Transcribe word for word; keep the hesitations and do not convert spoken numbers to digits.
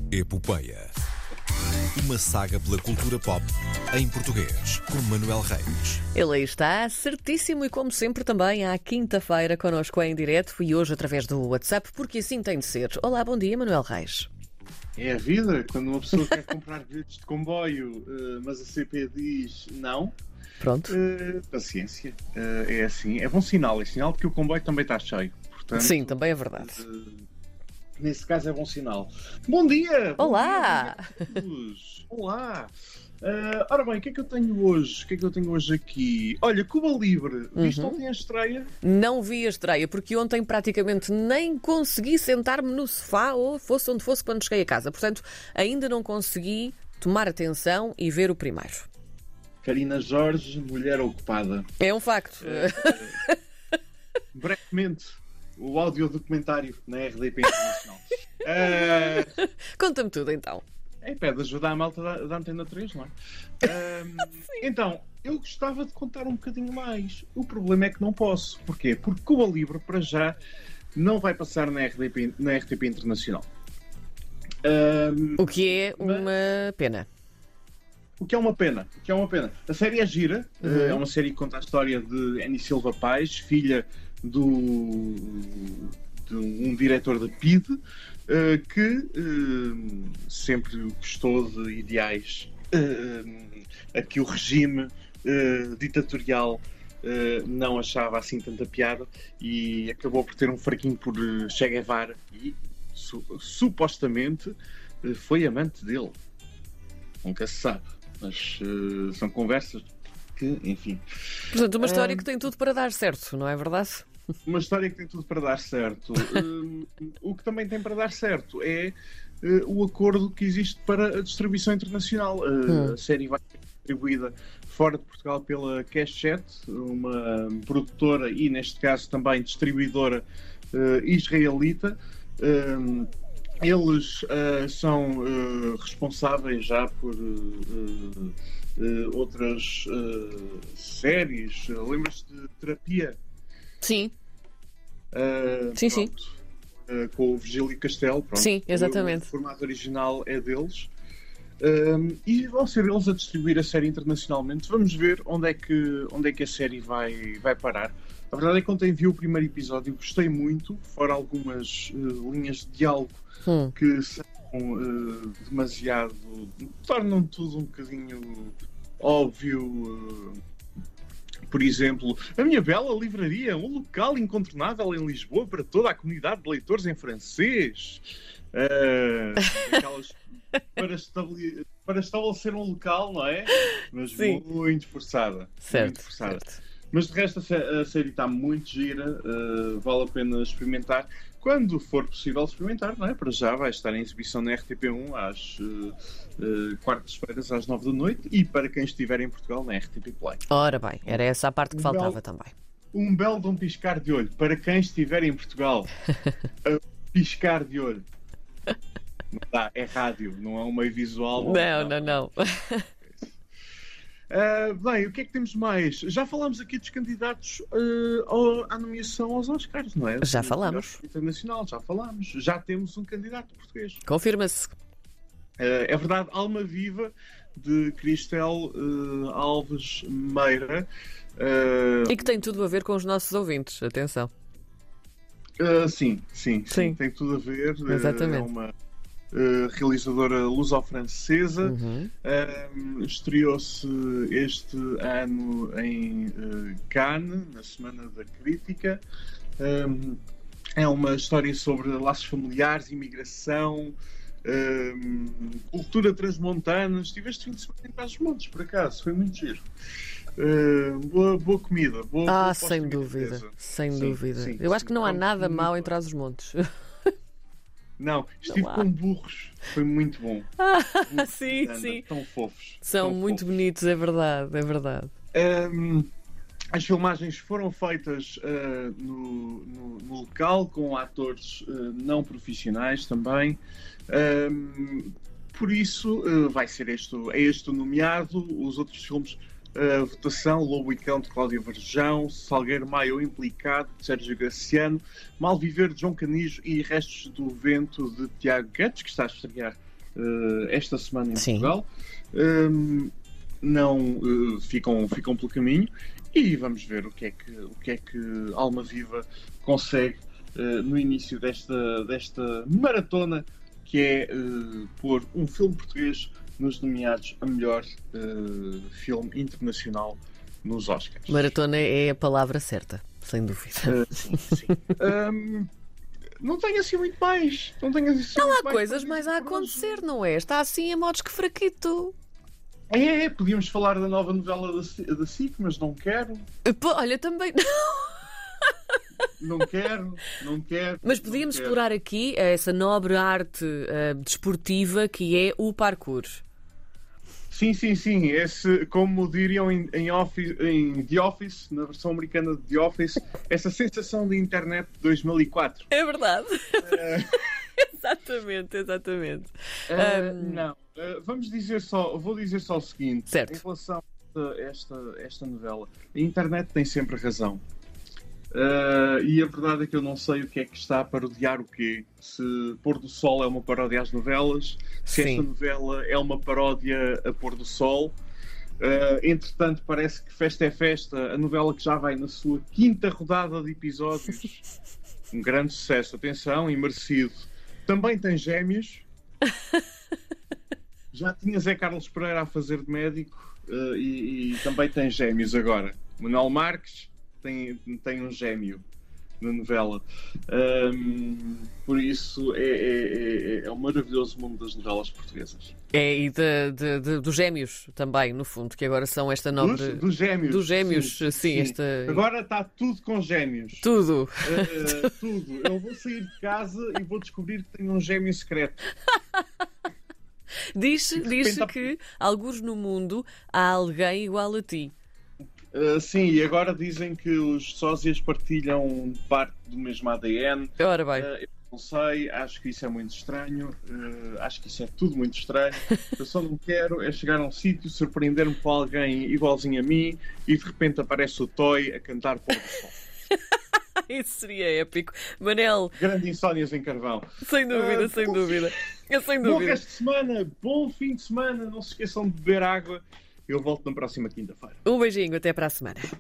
Epopeia. Uma saga pela cultura pop em português, com Manuel Reis. Ele aí está, certíssimo e como sempre também à quinta-feira connosco em direto e hoje através do WhatsApp, porque assim tem de ser. Olá, bom dia, Manuel Reis. É a vida, quando uma pessoa quer comprar bilhetes de comboio, uh, mas a C P diz não. Pronto. Uh, paciência, uh, é assim, é bom sinal, é sinal de que o comboio também está cheio. Portanto, Sim, também é verdade. Uh, nesse caso é bom sinal. Bom dia! Olá! Bom dia a todos. Olá! Uh, ora bem, o que é que eu tenho hoje? O que é que eu tenho hoje aqui? Olha, Cuba Libre, viste Uhum. ontem a estreia? Não vi a estreia, porque ontem praticamente nem consegui sentar-me no sofá ou fosse onde fosse quando cheguei a casa. Portanto, ainda não consegui tomar atenção e ver o primeiro. Carina Jorge, mulher ocupada. É um facto. Uh, brevemente, o audiodocumentário na R D P Internacional. Uh, Conta-me tudo então. é, pede ajuda à malta da, da Antena três, não é? Uh, então, eu gostava de contar um bocadinho mais. O problema é que não posso. Porquê? Porque Cuba Libre, para já, não vai passar na R D P, na R T P Internacional. Uh, O que é uma pena. O que é uma pena, o que é uma pena. A série é gira, Uhum. é uma série que conta a história de Annie Silva Paz, filha do, de um diretor da P I D, uh, que uh, sempre gostou de ideais uh, a que o regime uh, ditatorial uh, não achava assim tanta piada e acabou por ter um fraquinho por uh, Che Guevara e su- supostamente uh, foi amante dele. Nunca se sabe. Mas uh, são conversas que, enfim... Portanto, uma história Ah. que tem tudo para dar certo, não é verdade? Uma história que tem tudo para dar certo. Uh, o que também tem para dar certo é uh, o acordo que existe para a distribuição internacional. Uh, Hum. A série vai ser distribuída fora de Portugal pela Keshet, uma produtora e, neste caso, também distribuidora uh, israelita. Um, Eles uh, são uh, responsáveis já por uh, uh, outras uh, séries. Uh, Lembras-te de Terapia? Sim, Uh, Sim, sim. pronto. Uh, com o Virgílio Castelo. Pronto. Sim, exatamente. O formato original é deles. Um, e vão ser eles a distribuir a série internacionalmente. Vamos ver onde é que, onde é que a série vai, vai parar. A verdade é que ontem vi o primeiro episódio, gostei muito, fora algumas uh, linhas de diálogo Hum. que são uh, demasiado. tornam tudo um bocadinho óbvio. Uh, por exemplo, a minha bela livraria, um local incontornável em Lisboa para toda a comunidade de leitores em francês. Uh, aquelas, para, estabele- para estabelecer um local, não é? Mas Sim. muito forçada. Certo, muito forçada. certo. Mas de resto a, sé- a série está muito gira, uh, vale a pena experimentar. Quando for possível experimentar, não é? Para já vai estar em exibição na R T P um às uh, uh, quartas-feiras às nove da noite e para quem estiver em Portugal na R T P Play. Ora bem, era essa a parte que Um faltava belo- também. Um belo de um piscar de olho para quem estiver em Portugal. Uh, piscar de olho. Não dá, é rádio, não é um meio visual. Não, não, não. Uh, bem, o que é que temos mais? Já falámos aqui dos candidatos uh, ao- à nomeação aos Oscars, não é? Já Do falámos. melhor filme internacional, já falámos. Já temos um candidato português. Confirma-se. Uh, é verdade, Alma Viva, de Cristel uh, Alves Meira. Uh, E que tem tudo a ver com os nossos ouvintes, atenção. uh, sim, sim, sim, Sim. tem tudo a ver. Uh, Exatamente. É uma uh, realizadora luso-francesa. Uhum. Um, estreou-se este ano em uh, Cannes, na Semana da Crítica. Um, é uma história sobre laços familiares, imigração, um, cultura transmontana. Estive este fim de semana em Trás-os-Montes, por acaso, foi muito giro. Uh, boa, boa comida. Boa, Ah, boa sem posta dúvida, milanesa. sem Sim, dúvida. sim, Eu acho sim. que não há Pronto, nada muito mau em bem. Trás-os-Montes. Não, estive há. com burros. Foi muito bom. Ah, Burros sim, de anda, sim. Tão fofos. São tão muito fofos. bonitos, é verdade, é verdade. Um, as filmagens foram feitas uh, no, no- no local, com atores uh, não profissionais também. Um, por isso, uh, vai ser este, é este o nomeado. Os outros filmes Uh, votação: Lobo e Cão, de Cláudia Varjão, Salgueiro Maio, Implicado, de Sérgio Graciano, Malviver, de João Canijo e Restos do Vento, de Tiago Guedes, que está a estrear uh, esta semana em Sim. Portugal. Um, não uh, ficam, ficam pelo caminho e vamos ver o que é que, o que, é que Alma Viva consegue uh, no início desta, desta maratona, que é uh, pôr um filme português nos nomeados a melhor uh, filme internacional nos Oscars. Maratona é a palavra certa, sem dúvida. Uh, sim, sim. um, não tenho assim muito mais. Não, tenho assim Não muito há coisas mais a por hoje. acontecer, não é? Está assim a modos que fraquito. É, é, podíamos falar da nova novela da, C- da S I C, mas não quero. Pô, olha, também. Não quero, não quero. Mas não podíamos quero. explorar aqui essa nobre arte uh, desportiva que é o parkour. Sim, sim, sim. Esse, como diriam em, em, office, em The Office, na versão americana de The Office, essa sensação de internet de dois mil e quatro. É verdade. Uh, Exatamente, exatamente. uh, Um, Não, uh, vamos dizer só, vou dizer só o seguinte. Certo. Em relação a esta, esta novela, a internet tem sempre razão. Uh, e a verdade é que eu não sei o que é que está a parodiar o quê. Se Pôr do Sol é uma paródia às novelas, se Sim. esta novela é uma paródia a Pôr do Sol. Uh, entretanto, parece que Festa é Festa, a novela que já vai na sua quinta rodada de episódios, um grande sucesso, atenção, e merecido. Também tem gêmeos. Já tinha Zé Carlos Pereira a fazer de médico, uh, e, e também tem gêmeos agora. Manuel Marques tem, tem um gêmeo na novela. Um, por isso é, é, é, é um maravilhoso mundo das novelas portuguesas. É, e de, de- de- dos gêmeos também, no fundo, que agora são esta nobre. Dos, dos gêmeos. Dos gêmeos, sim, esta- Agora está tudo com gêmeos. Tudo. Uh, tudo. Eu vou sair de casa e vou descobrir que tenho um gêmeo secreto. Diz, diz repente- que, alguns no mundo, há alguém igual a ti. Uh, sim, e agora dizem que os sósias partilham parte do mesmo A D N. Ora bem. Uh, eu não sei, acho que isso é muito estranho. Uh, acho que isso é tudo muito estranho. Eu só não quero é chegar a um sítio, surpreender-me com alguém igualzinho a mim e de repente aparece o Toy a cantar Pôr do Sol. Isso seria épico. Manel, Grande insónias em carvão. sem dúvida, Ah, sem bom dúvida. Eu sem Bom dúvida. resto de semana, bom fim de semana. Não se esqueçam de beber água. Eu volto na próxima quinta-feira. Um beijinho, até para a semana.